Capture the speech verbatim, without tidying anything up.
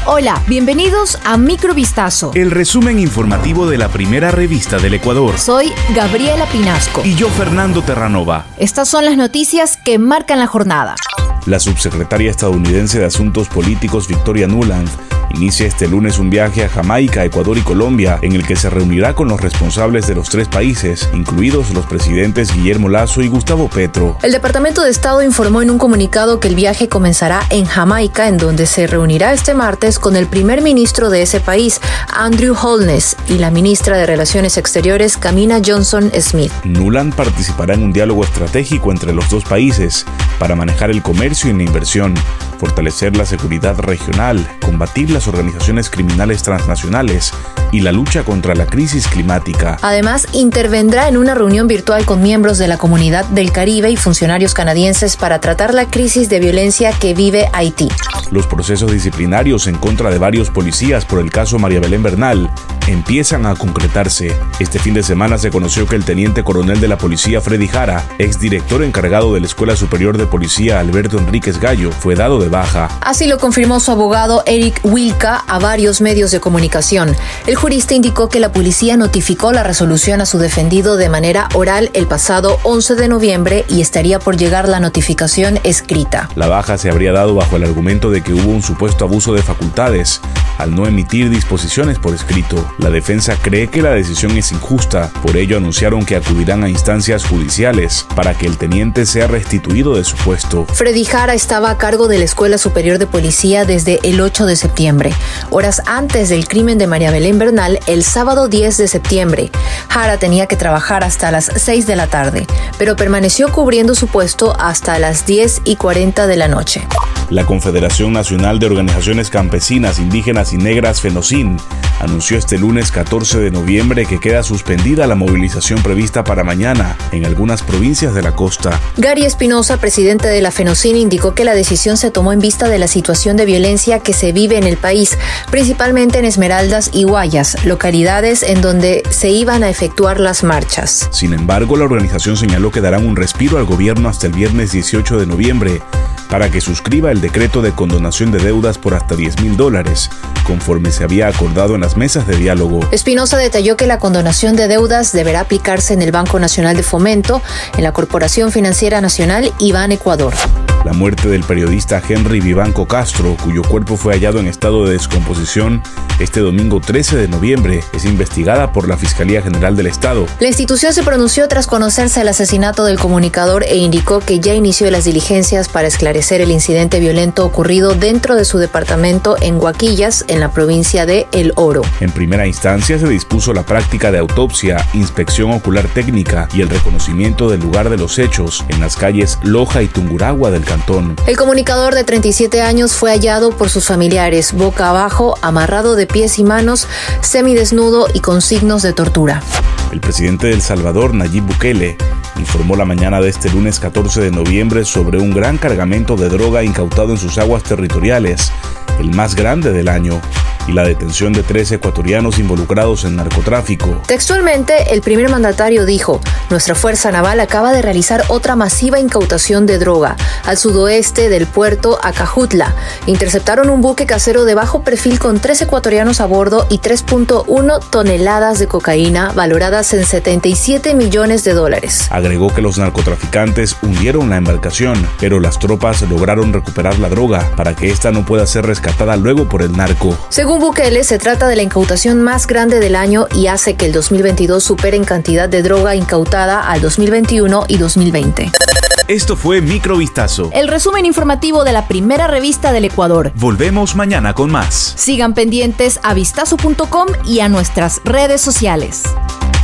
Hola, bienvenidos a Microvistazo, el resumen informativo de la primera revista del Ecuador. Soy Gabriela Pinasco. Y yo, Fernando Terranova. Estas son las noticias que marcan la jornada. La subsecretaria estadounidense de Asuntos Políticos, Victoria Nuland, inicia este lunes un viaje a Jamaica, Ecuador y Colombia, en el que se reunirá con los responsables de los tres países, incluidos los presidentes Guillermo Lasso y Gustavo Petro. El Departamento de Estado informó en un comunicado que el viaje comenzará en Jamaica, en donde se reunirá este martes con el primer ministro de ese país, Andrew Holness, y la ministra de Relaciones Exteriores, Kamina Johnson Smith. Nuland participará en un diálogo estratégico entre los dos países para manejar el comercio y la inversión, fortalecer la seguridad regional, combatir las organizaciones criminales transnacionales y la lucha contra la crisis climática. Además, intervendrá en una reunión virtual con miembros de la Comunidad del Caribe y funcionarios canadienses para tratar la crisis de violencia que vive Haití. Los procesos disciplinarios en contra de varios policías por el caso María Belén Bernal empiezan a concretarse. Este fin de semana se conoció que el teniente coronel de la policía Freddy Jara, exdirector encargado de la Escuela Superior de Policía Alberto Enríquez Gallo, fue dado de baja. Así lo confirmó su abogado Eric Wilka a varios medios de comunicación. El jurista indicó que la policía notificó la resolución a su defendido de manera oral el pasado once de noviembre y estaría por llegar la notificación escrita. La baja se habría dado bajo el argumento de que hubo un supuesto abuso de facultades al no emitir disposiciones por escrito. La defensa cree que la decisión es injusta, por ello anunciaron que acudirán a instancias judiciales para que el teniente sea restituido de su puesto. Freddy Jara estaba a cargo de la Escuela Superior de Policía desde el ocho de septiembre, horas antes del crimen de María Belén Bernal, el sábado diez de septiembre. Jara tenía que trabajar hasta las seis de la tarde, pero permaneció cubriendo su puesto hasta las diez y cuarenta de la noche. La Confederación Nacional de Organizaciones Campesinas, Indígenas y Negras, FENOCIN, anunció este lunes catorce de noviembre que queda suspendida la movilización prevista para mañana en algunas provincias de la costa. Gary Espinosa, presidente de la FENOCIN, indicó que la decisión se tomó en vista de la situación de violencia que se vive en el país, principalmente en Esmeraldas y Guayas, localidades en donde se iban a efectuar las marchas. Sin embargo, la organización señaló que darán un respiro al gobierno hasta el viernes dieciocho de noviembre para que suscriba el decreto de condonación de deudas por hasta diez mil dólares, conforme se había acordado en las mesas de diálogo. Espinosa detalló que la condonación de deudas deberá aplicarse en el Banco Nacional de Fomento, en la Corporación Financiera Nacional y Banecuador. La muerte del periodista Henry Vivanco Castro, cuyo cuerpo fue hallado en estado de descomposición este domingo trece de noviembre, es investigada por la Fiscalía General del Estado. La institución se pronunció tras conocerse el asesinato del comunicador e indicó que ya inició las diligencias para esclarecer el incidente violento ocurrido dentro de su departamento en Huaquillas, en la provincia de El Oro. En primera instancia se dispuso la práctica de autopsia, inspección ocular técnica y el reconocimiento del lugar de los hechos en las calles Loja y Tungurahua del cantón. El comunicador de treinta y siete años fue hallado por sus familiares, boca abajo, amarrado de pies y manos, semidesnudo y con signos de tortura. El presidente de El Salvador, Nayib Bukele, informó la mañana de este lunes catorce de noviembre sobre un gran cargamento de droga incautado en sus aguas territoriales, el más grande del año, y la detención de tres ecuatorianos involucrados en narcotráfico. Textualmente, el primer mandatario dijo: nuestra Fuerza Naval acaba de realizar otra masiva incautación de droga al sudoeste del puerto Acajutla. Interceptaron un buque casero de bajo perfil con tres ecuatorianos a bordo y tres punto uno toneladas de cocaína valoradas en setenta y siete millones de dólares. Agregó que los narcotraficantes hundieron la embarcación, pero las tropas lograron recuperar la droga para que ésta no pueda ser rescatada luego por el narco. Según Bukele, se trata de la incautación más grande del año y hace que el dos mil veintidós supere en cantidad de droga incautada al dos mil veintiuno y dos mil veinte. Esto fue Microvistazo, el resumen informativo de la primera revista del Ecuador. Volvemos mañana con más. Sigan pendientes a vistazo punto com y a nuestras redes sociales.